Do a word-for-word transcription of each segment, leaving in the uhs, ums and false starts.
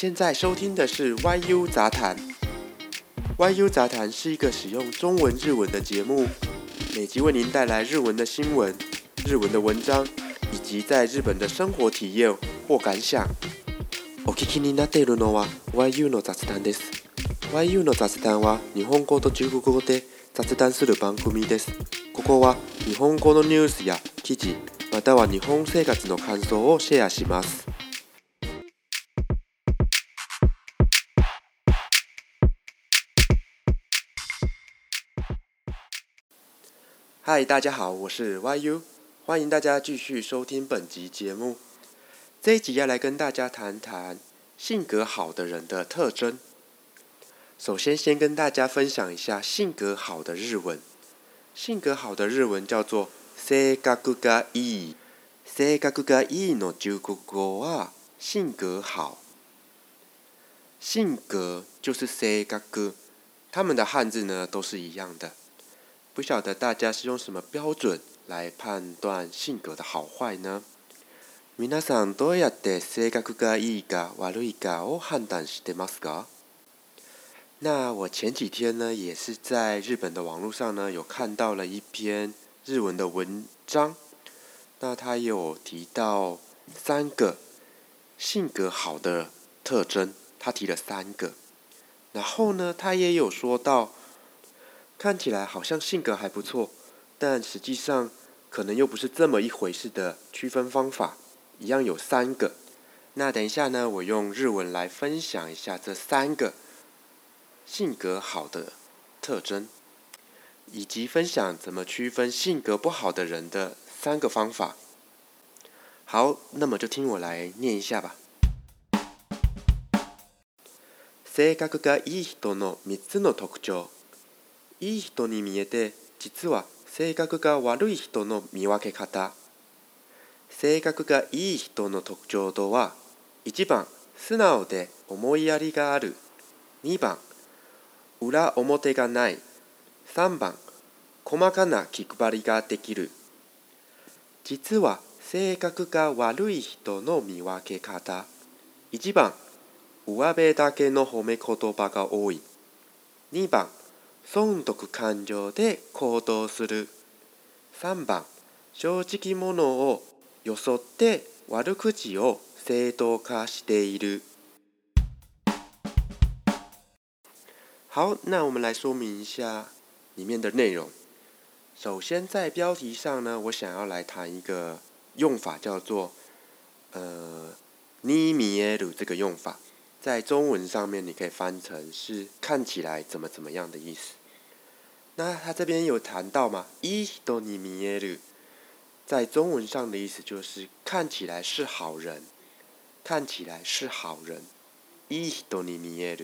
现在收听的是 Y U 杂谈。Y U 杂谈是一个使用中文日文的节目，每集为您带来日文的新闻、日文的文章，以及在日本的生活体验或感想。お聞きになっているのは Y U の雑談です。Y U の雑談は日本語と中国語で雑談する番組です。ここは日本語のニュースや記事、または日本生活の感想をシェアします。嗨，大家好，我是 Y U， 欢迎大家继续收听本集节目。这一集要来跟大家谈谈性格好的人的特征。首先，先跟大家分享一下性格好的日文。性格好的日文叫做性格がいい。性格がいいの中国語は性格好。性格就是性格，他们的汉字呢都是一样的。不晓得大家是用什么标准来判断性格的好坏呢？皆さんどうやって性格がいいか悪いかを判断してますか？那我前几天呢，也是在日本的网络上呢，有看到了一篇日文的文章。那他有提到三个性格好的特征，他提了三个。然后呢，他也有说到，看起来好像性格还不错，但实际上可能又不是这么一回事的区分方法，一样有三个。那等一下呢，我用日文来分享一下这三个性格好的特征，以及分享怎么区分性格不好的人的三个方法。好，那么就听我来念一下吧。性格がいい人のみっつの特徴。いい人に見えて、実は性格が悪い人の見分け方。性格がいい人の特徴とは、いちばん、素直で思いやりがある。にばん、裏表がない。さんばん、細かな気配りができる。実は性格が悪い人の見分け方。いちばん、上辺だけの褒め言葉が多い。にばん、損得感情で行動する。さんばん、正直者を装って悪口を正当化している。好，那我们来说明一下里面的内容。首先，在标题上呢，我想要来谈一个用法，叫做呃“に見える”这个用法，在中文上面你可以翻成是看起来怎么怎么样的意思。那他这边有谈到嘛，いい人に見える，在中文上的意思就是看起来是好人，看起来是好人。いい人に見える。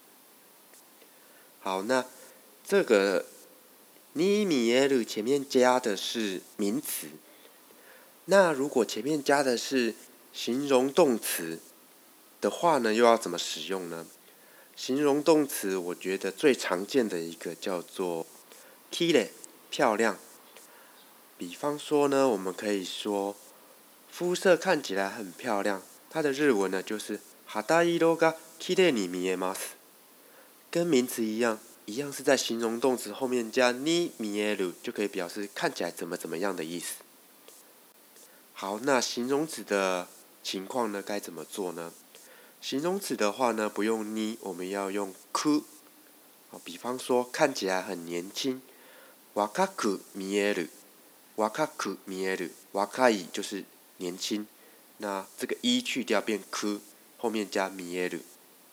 好，那这个に見える前面加的是名词，那如果前面加的是形容动词的话呢，又要怎么使用呢？形容动词我觉得最常见的一个叫做きれい，漂亮。比方说呢，我们可以说肤色看起来很漂亮，它的日文呢就是肌色がきれいに見えます。跟名词一样，一样是在形容动詞后面加に見える，就可以表示看起来怎么怎么样的意思。好，那形容词的情况呢，该怎么做呢？形容词的话呢，不用に，我们要用く。比方说，看起来很年轻，若く見える，若く見える，若い就是年轻，那这个一去掉变く，后面加見える。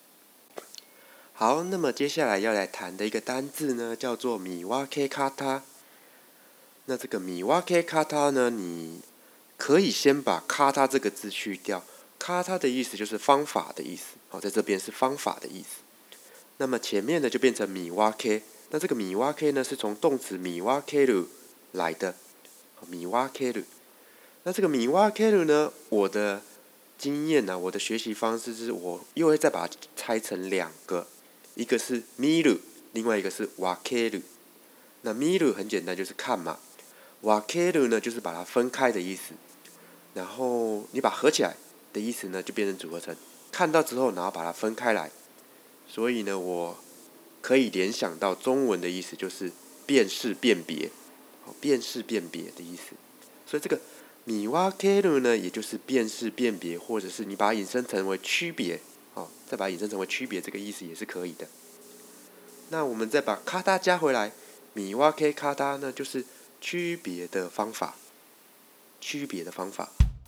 好，那么接下来要来谈的一个单字呢，叫做見分け方。那这个見分け方呢，你可以先把方这个字去掉，方的意思就是方法的意思。好，在这边是方法的意思。那么前面呢就变成見分け，那这个見分け呢是从动词見分ける来的。見分ける，那这个見分ける呢，我的经验呢、啊，我的学習方式是我又会再把它拆成两个。一个是見る，另外一个是分ける。那見る很简单，就是看嘛。分ける呢，就是把它分开的意思。然后你把它合起来的意思呢，就变成组合成看到之后，然后把它分开来，所以呢，我可以联想到中文的意思就是辨识辨别，辨识辨别的意思。所以这个見分ける呢，也就是辨識辨別，或者是你把它引申成为区别，哦，再把它引申成为区别这个意思也是可以的。那我们再把カタ加回来，見分け方呢，就是区别的方法，区别的方法。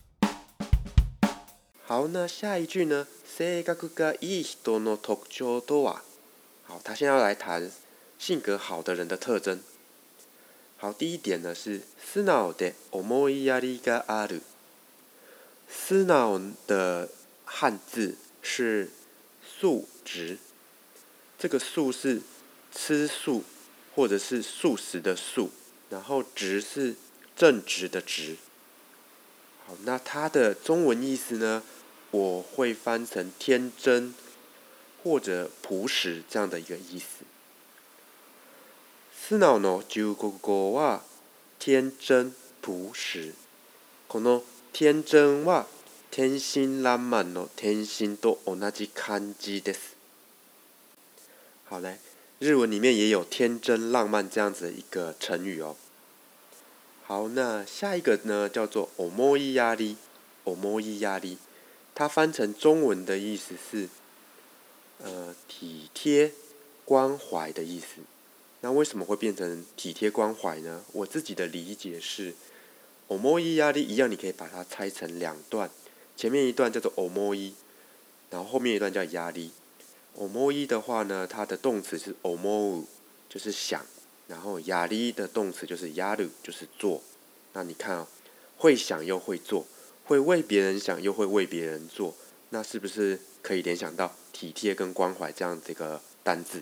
好，那下一句呢？性格がいい人の特徴とは？好，他现在要来谈性格好的人的特征。好，第一点呢是素直で思いやりがある。素直的汉字是素直，这个素是吃素或者是素食的素，然后直是正直的直。好，那它的中文意思呢，我会翻成天真或者朴实这样的一个意思。素直の中国語は天真朴实。この天真は天真爛漫の天真と同じ漢字です。好嘞，日文里面也有天真浪漫这样子的一个成语哦。好，那下一个呢叫做思いやり。思いやり，它翻成中文的意思是，呃，体贴、关怀的意思。那为什么会变成体贴关怀呢？我自己的理解是，思いやり一样，你可以把它拆成两段，前面一段叫做思い，然后后面一段叫やり。思い的话呢，它的动词是思う，就是想，然后やり的动词就是やる，就是做。那你看哦，会想又会做。会为别人想又会为别人做，那是不是可以联想到体贴跟关怀这样的一个单字？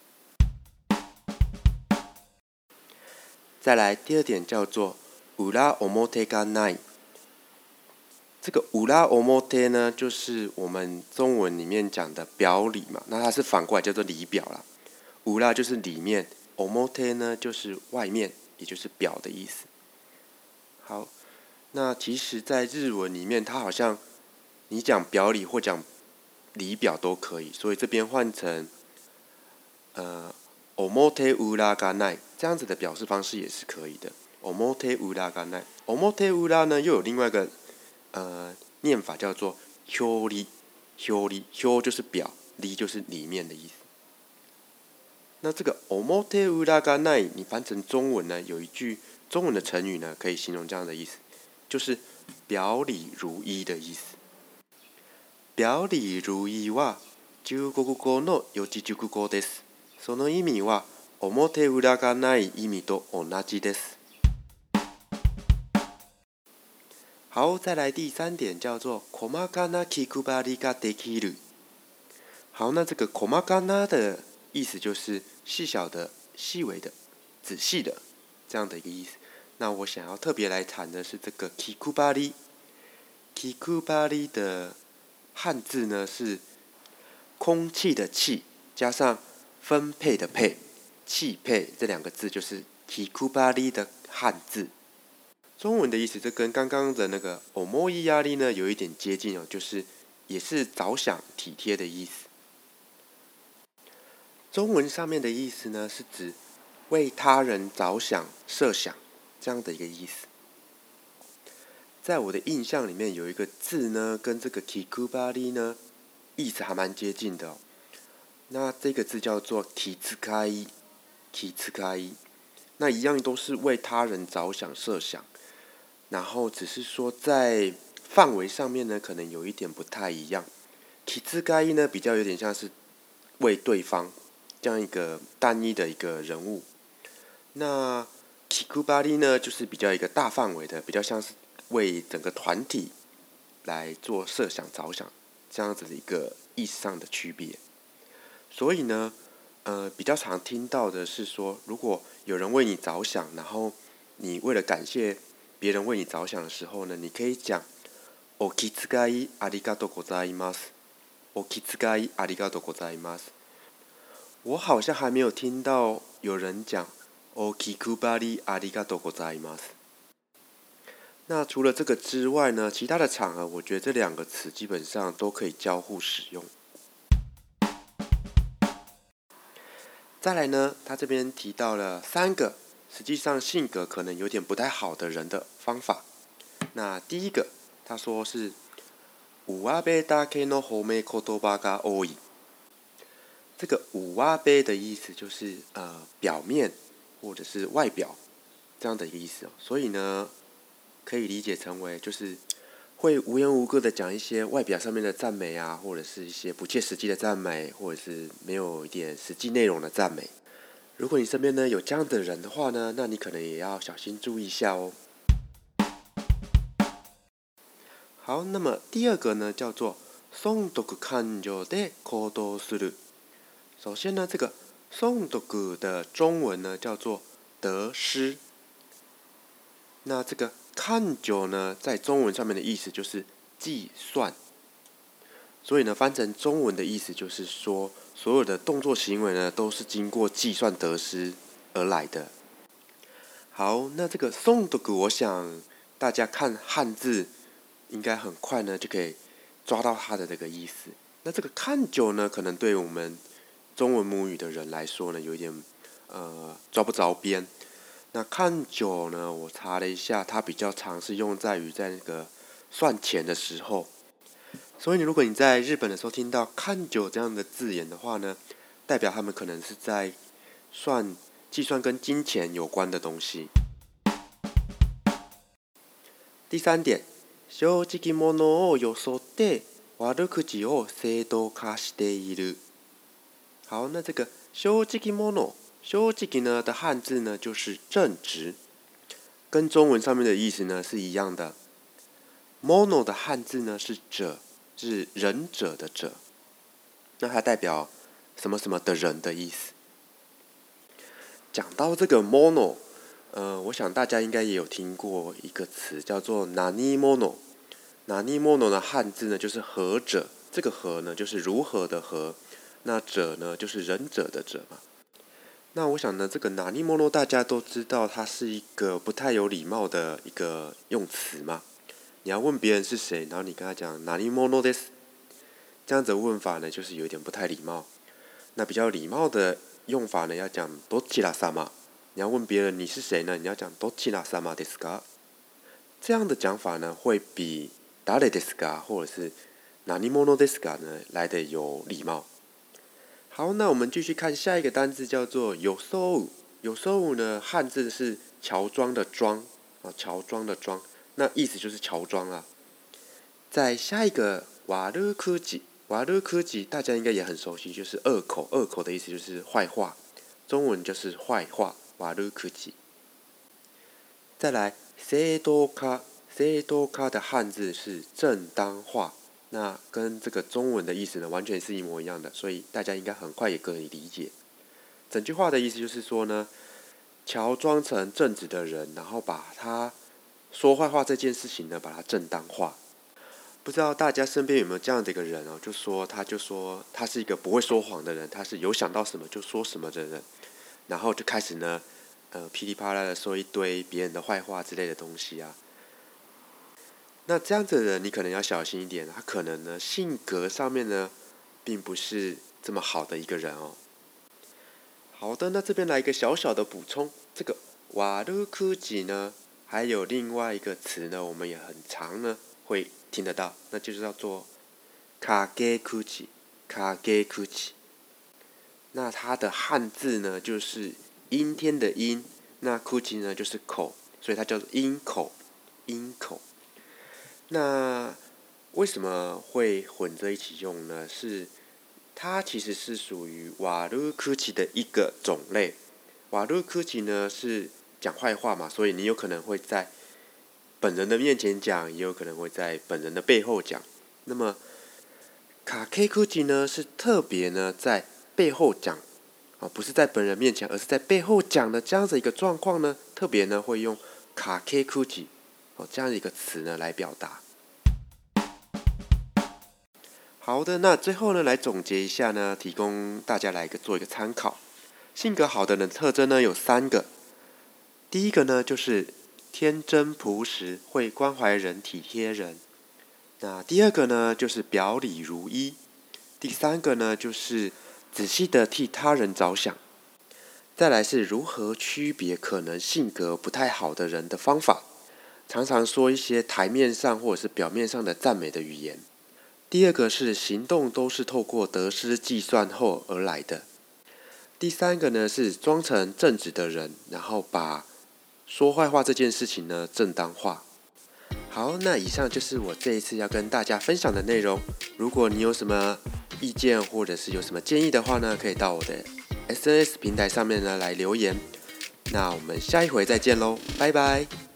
再来第二点叫做裏表がない。这个裏表呢，就是我们中文里面讲的表里嘛，那它是反过来叫做里表啦。裏就是里面，表呢就是外面，也就是表的意思。好。那其实，在日文里面，它好像你讲表里或讲里表都可以，所以这边换成呃表裏がない这样子的表示方式也是可以的。表裏がない，表裏呢又有另外一个呃念法叫做表里，表里，表就是表，里就是里面的意思。那这个表裏がない，你翻成中文呢，有一句中文的成语呢，可以形容这样的意思。就是表里如一的意思。表里如一は中国語の四字熟語です。その意味は表裏がない意味と同じです。好，再来第三点叫做細かな気配りができる。好，那这个細かな的意思就是细小的、细微的、仔细的这样的一个意思。那我想要特别来谈的是这个 kikubari。kikubari 的汉字呢是空气的气加上分配的配，气配这两个字就是 kikubari 的汉字。中文的意思，这跟刚刚的那个思いやり呢有一点接近哦，就是也是着想、体贴的意思。中文上面的意思呢是指为他人着想、设想。这样的一个意思，在我的印象里面有一个字呢，跟这个 kikubari 呢意思还蛮接近的哦。那这个字叫做 kitsukai，kitsukai， 那一样都是为他人着想、设想，然后只是说在范围上面呢，可能有一点不太一样。kitsukai 呢比较有点像是为对方这样一个单一的一个人物，那kikubari 呢，就是比较一个大范围的，比较像是为整个团体来做设想着想这样子的一个意识上的区别。所以呢，呃，比较常听到的是说，如果有人为你着想，然后你为了感谢别人为你着想的时候呢，你可以讲お気遣いありがとうございます。お気遣いありがとうございます。我好像还没有听到有人讲お気配りありがとうございます。 那除了这个之外呢，其他的场合，我觉得这两个词基本上都可以交互使用。再来呢，他这边提到了三个实际上性格可能有点不太好的人的方法。那第一个，他说是五阿贝大 K の褒め言葉が多い。这个五阿贝的意思就是呃表面或者是外表这样的一个意思哦。所以呢，可以理解成为就是会无缘无故的讲一些外表上面的赞美啊，或者是一些不切实际的赞美，或者是没有一点实际内容的赞美。如果你身边呢有这样的人的话呢，那你可能也要小心注意一下哦。好，那么第二个呢叫做損得感情で行動する。首先呢，这个損得的中文呢叫做得失。那这个看久呢，在中文上面的意思就是计算，所以呢，翻成中文的意思就是说，所有的动作行为呢，都是经过计算得失而来的。好，那这个損得，我想大家看汉字，应该很快呢就可以抓到它的这个意思。那这个看久呢，可能对我们中文母语的人来说呢，有一点呃抓不着边。那看久呢，我查了一下，它比较常是用在于在那个算钱的时候。所以如果你在日本的时候听到看久这样的字眼的话呢，代表他们可能是在算计算跟金钱有关的东西。第三点，正直者を装って悪口を正当化している。好，那这个正直者正直呢的汉字呢就是正直，跟中文上面的意思呢是一样的。mono 的汉字呢是者，是仁者的者，那它代表什么什么的人的意思。讲到这个 mono， 呃，我想大家应该也有听过一个词叫做 nani mono。nani mono 的汉字呢就是何者，这个何呢就是如何的何，那者呢就是仁者的者嘛。那我想呢，这个 nani mono 大家都知道，它是一个不太有礼貌的一个用词嘛。你要问别人是谁，然后你跟他讲 nani mono desu， 这样子的问法呢，就是有点不太礼貌。那比较礼貌的用法呢，要讲 どちら様。你要问别人你是谁呢，你要讲 どちら様ですか。这样的讲法呢，会比誰ですか或者是 nani mono desuか呢来的有礼貌。好，那我们继续看下一个单字，叫做有收武。有收武呢，汉字是乔装的装啊，乔装的装，那意思就是乔装啊。在下一个瓦鲁科吉，瓦鲁科吉大家应该也很熟悉，就是恶口，恶口的意思就是坏话，中文就是坏话，瓦鲁科吉。再来正当化，正当化的汉字是正当化。那跟这个中文的意思呢，完全是一模一样的，所以大家应该很快也可以理解。整句话的意思就是说呢，乔装成正直的人，然后把他说坏话这件事情呢，把它正当化。不知道大家身边有没有这样的一个人哦？就说他就说他是一个不会说谎的人，他是有想到什么就说什么的人，然后就开始呢，呃，噼里啪啦的说一堆别人的坏话之类的东西啊。那这样子的人，你可能要小心一点，他可能呢性格上面呢，并不是这么好的一个人哦。好的，那这边来一个小小的补充，这个瓦鲁库吉呢，还有另外一个词呢，我们也很常呢会听得到，那就是叫做卡给库吉，卡给库吉。那它的汉字呢就是阴天的阴，那库吉呢就是口，所以它叫做阴口，阴口。那为什么会混在一起用呢？是它其实是属于瓦鲁科奇的一个种类。瓦鲁科奇呢是讲坏话嘛，所以你有可能会在本人的面前讲，也有可能会在本人的背后讲。那么卡 K 科奇呢是特别呢在背后讲啊，不是在本人面前，而是在背后讲的这样子一个状况呢，特别呢会用卡 K 科奇。哦，这样的一个词呢来表达。好的，那最后呢来总结一下呢，提供大家来一个做一个参考。性格好的人的特征呢有三个，第一个呢就是天真朴实，会关怀人、体贴人。那第二个呢，就是表里如一。第三个呢，就是仔细的替他人着想。再来是如何区别可能性格不太好的人的方法，常常说一些台面上或者是表面上的赞美的语言。第二个是行动都是透过得失计算后而来的。第三个呢是装成正直的人，然后把说坏话这件事情呢正当化。好，那以上就是我这一次要跟大家分享的内容。如果你有什么意见或者是有什么建议的话呢，可以到我的 S N S 平台上面呢来留言。那我们下一回再见喽，拜拜。